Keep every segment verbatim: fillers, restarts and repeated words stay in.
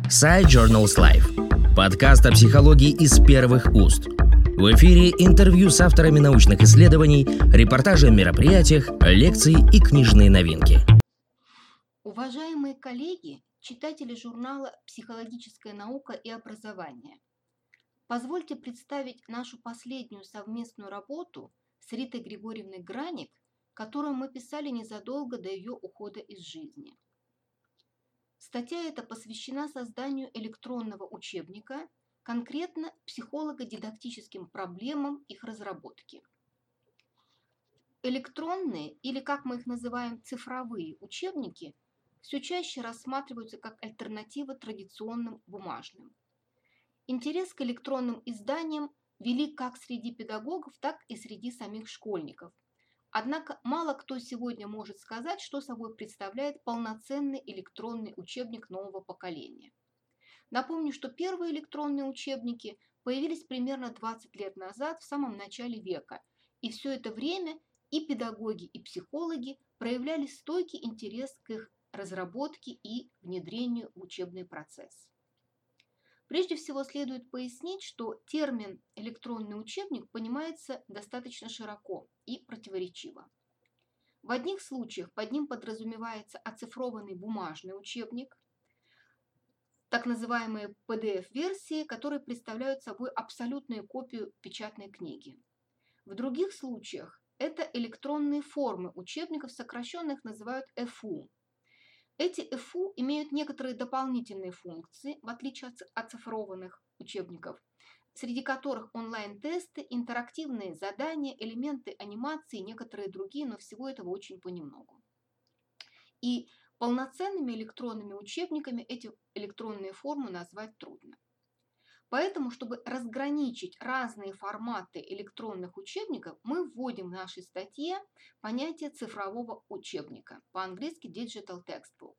Sci Journals Life. Подкаст о психологии из первых уст. В эфире интервью с авторами научных исследований, репортажи о мероприятиях, лекции и книжные новинки. Уважаемые коллеги, читатели журнала «Психологическая наука и образование», позвольте представить нашу последнюю совместную работу с Ритой Григорьевной Граник, которую мы писали незадолго до ее ухода из жизни. Статья эта посвящена созданию электронного учебника, конкретно психолого-дидактическим проблемам их разработки. Электронные, или как мы их называем, цифровые учебники, все чаще рассматриваются как альтернатива традиционным бумажным. Интерес к электронным изданиям велик как среди педагогов, так и среди самих школьников. Однако мало кто сегодня может сказать, что собой представляет полноценный электронный учебник нового поколения. Напомню, что первые электронные учебники появились примерно двадцать лет назад, в самом начале века, и все это время и педагоги, и психологи проявляли стойкий интерес к их разработке и внедрению в учебный процесс. Прежде всего следует пояснить, что термин «электронный учебник» понимается достаточно широко и противоречиво. В одних случаях под ним подразумевается оцифрованный бумажный учебник, так называемые пи ди эф-версии, которые представляют собой абсолютную копию печатной книги. В других случаях это электронные формы учебников, сокращенных называют эф у. Эти эф у имеют некоторые дополнительные функции, в отличие от оцифрованных учебников, среди которых онлайн-тесты, интерактивные задания, элементы анимации и некоторые другие, но всего этого очень понемногу. И полноценными электронными учебниками эти электронные формы назвать трудно. Поэтому, чтобы разграничить разные форматы электронных учебников, мы вводим в нашей статье понятие цифрового учебника, по-английски digital textbook.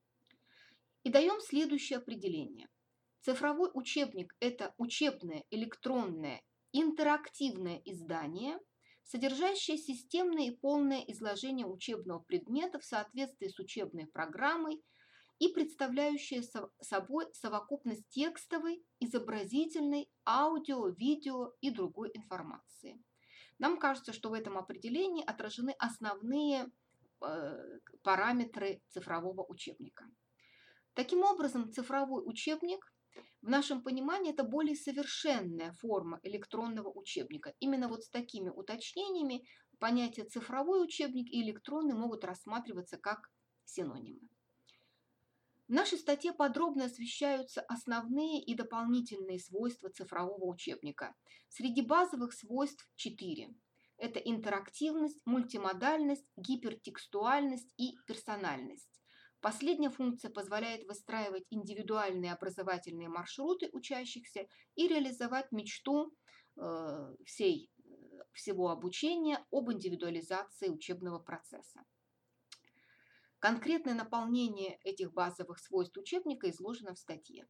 И даем следующее определение. Цифровой учебник – это учебное, электронное, интерактивное издание, содержащее системное и полное изложение учебного предмета в соответствии с учебной программой и представляющее собой совокупность текстовой, изобразительной, аудио, видео и другой информации. Нам кажется, что в этом определении отражены основные э, параметры цифрового учебника. Таким образом, цифровой учебник в нашем понимании это более совершенная форма электронного учебника. Именно вот с такими уточнениями понятия цифровой учебник и электронный могут рассматриваться как синонимы. В нашей статье подробно освещаются основные и дополнительные свойства цифрового учебника. Среди базовых свойств четыре. Это интерактивность, мультимодальность, гипертекстуальность и персональность. Последняя функция позволяет выстраивать индивидуальные образовательные маршруты учащихся и реализовать мечту э, всей, всего обучения об индивидуализации учебного процесса. Конкретное наполнение этих базовых свойств учебника изложено в статье.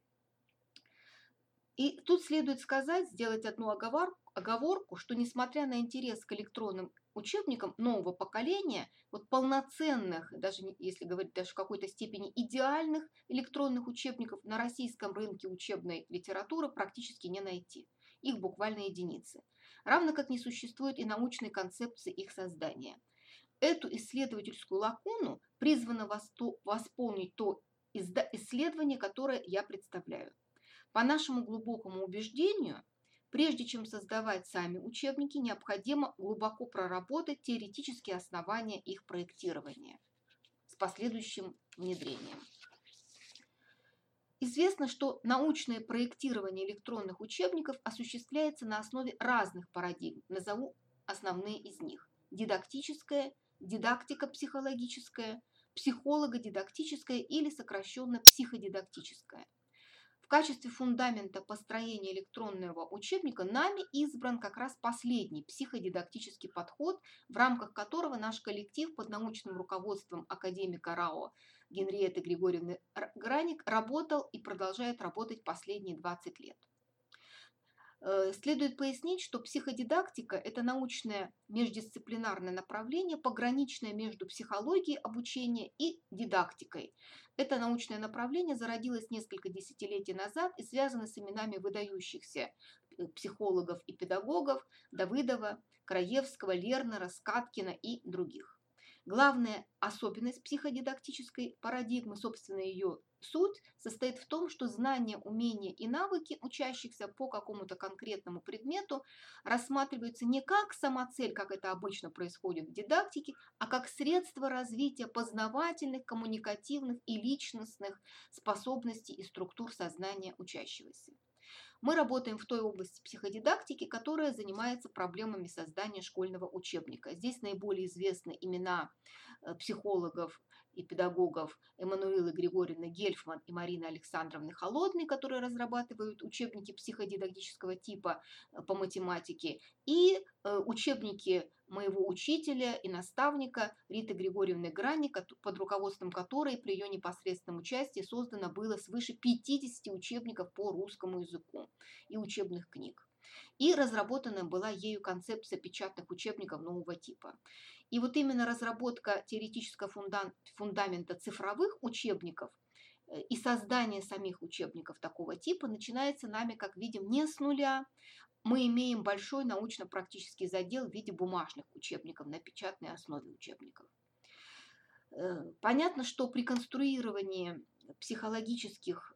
И тут следует сказать, сделать одну оговорку, что несмотря на интерес к электронным учебникам нового поколения, вот полноценных, даже если говорить даже в какой-то степени идеальных электронных учебников на российском рынке учебной литературы практически не найти. Их буквально единицы. Равно как не существует и научной концепции их создания. Эту исследовательскую лакуну призвано восполнить то исследование, которое я представляю. По нашему глубокому убеждению, прежде чем создавать сами учебники, необходимо глубоко проработать теоретические основания их проектирования с последующим внедрением. Известно, что научное проектирование электронных учебников осуществляется на основе разных парадигм. Назову основные из них. Дидактическая, дидактика психологическая, психолого-дидактическая или сокращенно психодидактическая. В качестве фундамента построения электронного учебника нами избран как раз последний психодидактический подход, в рамках которого наш коллектив под научным руководством академика РАО Генриетты Григорьевны Граник работал и продолжает работать последние двадцать лет. Следует пояснить, что психодидактика – это научное междисциплинарное направление, пограничное между психологией обучения и дидактикой. Это научное направление зародилось несколько десятилетий назад и связано с именами выдающихся психологов и педагогов Давыдова, Краевского, Лернера, Скаткина и других. Главная особенность психодидактической парадигмы, собственно, ее суть, состоит в том, что знания, умения и навыки учащихся по какому-то конкретному предмету рассматриваются не как самоцель, как это обычно происходит в дидактике, а как средство развития познавательных, коммуникативных и личностных способностей и структур сознания учащегося. Мы работаем в той области психодидактики, которая занимается проблемами создания школьного учебника. Здесь наиболее известны имена психологов и педагогов Эммануилы Григорьевны Гельфман и Марины Александровны Холодной, которые разрабатывают учебники психодидактического типа по математике, и учебники моего учителя и наставника Риты Григорьевны Грани, под руководством которой при ее непосредственном участии создано было свыше пятидесяти учебников по русскому языку и учебных книг. И разработана была ею концепция печатных учебников нового типа. И вот именно разработка теоретического фундамента цифровых учебников и создание самих учебников такого типа начинается нами, как видим, не с нуля. Мы имеем большой научно-практический задел в виде бумажных учебников на печатной основе учебников. Понятно, что при конструировании психологических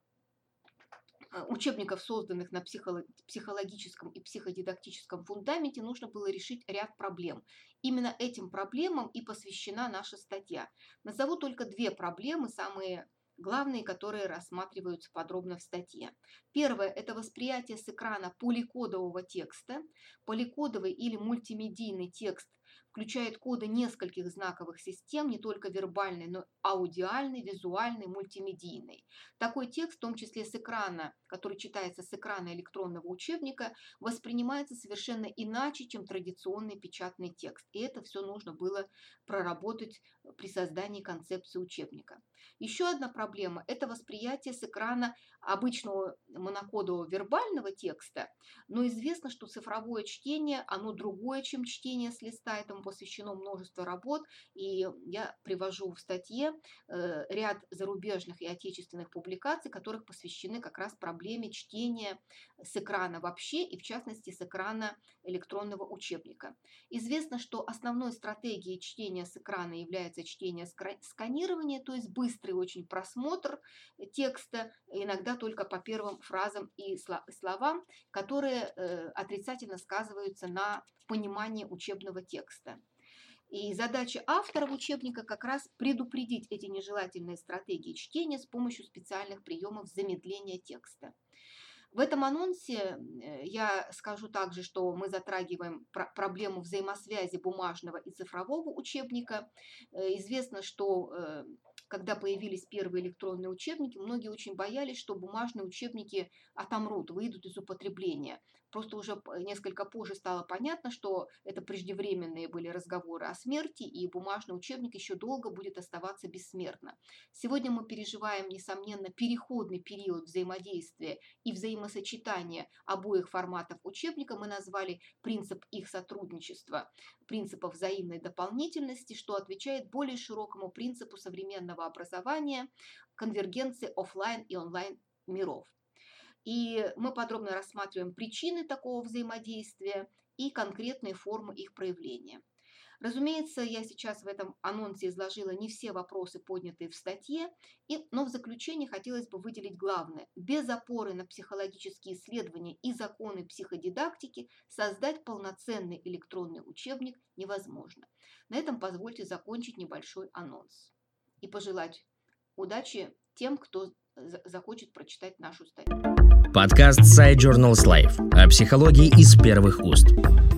учебников, созданных на психологическом и психодидактическом фундаменте, нужно было решить ряд проблем. Именно этим проблемам и посвящена наша статья. Назову только две проблемы, самые главные, которые рассматриваются подробно в статье. Первое – это восприятие с экрана поликодового текста. Поликодовый или мультимедийный текст включает коды нескольких знаковых систем, не только вербальный, но и аудиальный, визуальный, мультимедийный. Такой текст, в том числе с экрана, который читается с экрана электронного учебника, воспринимается совершенно иначе, чем традиционный печатный текст. И это все нужно было проработать при создании концепции учебника. Еще одна проблема – это восприятие с экрана обычного монокодового вербального текста, но известно, что цифровое чтение, оно другое, чем чтение с листа, этому посвящено множество работ, и я привожу в статье ряд зарубежных и отечественных публикаций, которых посвящены как раз проблеме чтения с экрана вообще, и в частности с экрана электронного учебника. Известно, что основной стратегией чтения с экрана является чтение сканирования, то есть быстрый очень просмотр текста, иногда только по первым фразам и словам, которые отрицательно сказываются на понимании учебного текста. И задача авторов учебника как раз предупредить эти нежелательные стратегии чтения с помощью специальных приемов замедления текста. В этом анонсе я скажу также, что мы затрагиваем проблему взаимосвязи бумажного и цифрового учебника. Известно, что когда появились первые электронные учебники, многие очень боялись, что бумажные учебники отомрут, выйдут из употребления. Просто уже несколько позже стало понятно, что это преждевременные были разговоры о смерти, и бумажный учебник еще долго будет оставаться бессмертно. Сегодня мы переживаем, несомненно, переходный период взаимодействия и взаимосочетания обоих форматов учебника. Мы назвали принцип их сотрудничества принципом взаимной дополнительности, что отвечает более широкому принципу современного образования, конвергенции офлайн и онлайн миров. И мы подробно рассматриваем причины такого взаимодействия и конкретные формы их проявления. Разумеется, я сейчас в этом анонсе изложила не все вопросы, поднятые в статье, и, но в заключение хотелось бы выделить главное. Без опоры на психологические исследования и законы психодидактики создать полноценный электронный учебник невозможно. На этом позвольте закончить небольшой анонс и пожелать удачи тем, кто захочет прочитать нашу статью. Подкаст Side Journals Life о психологии из первых уст.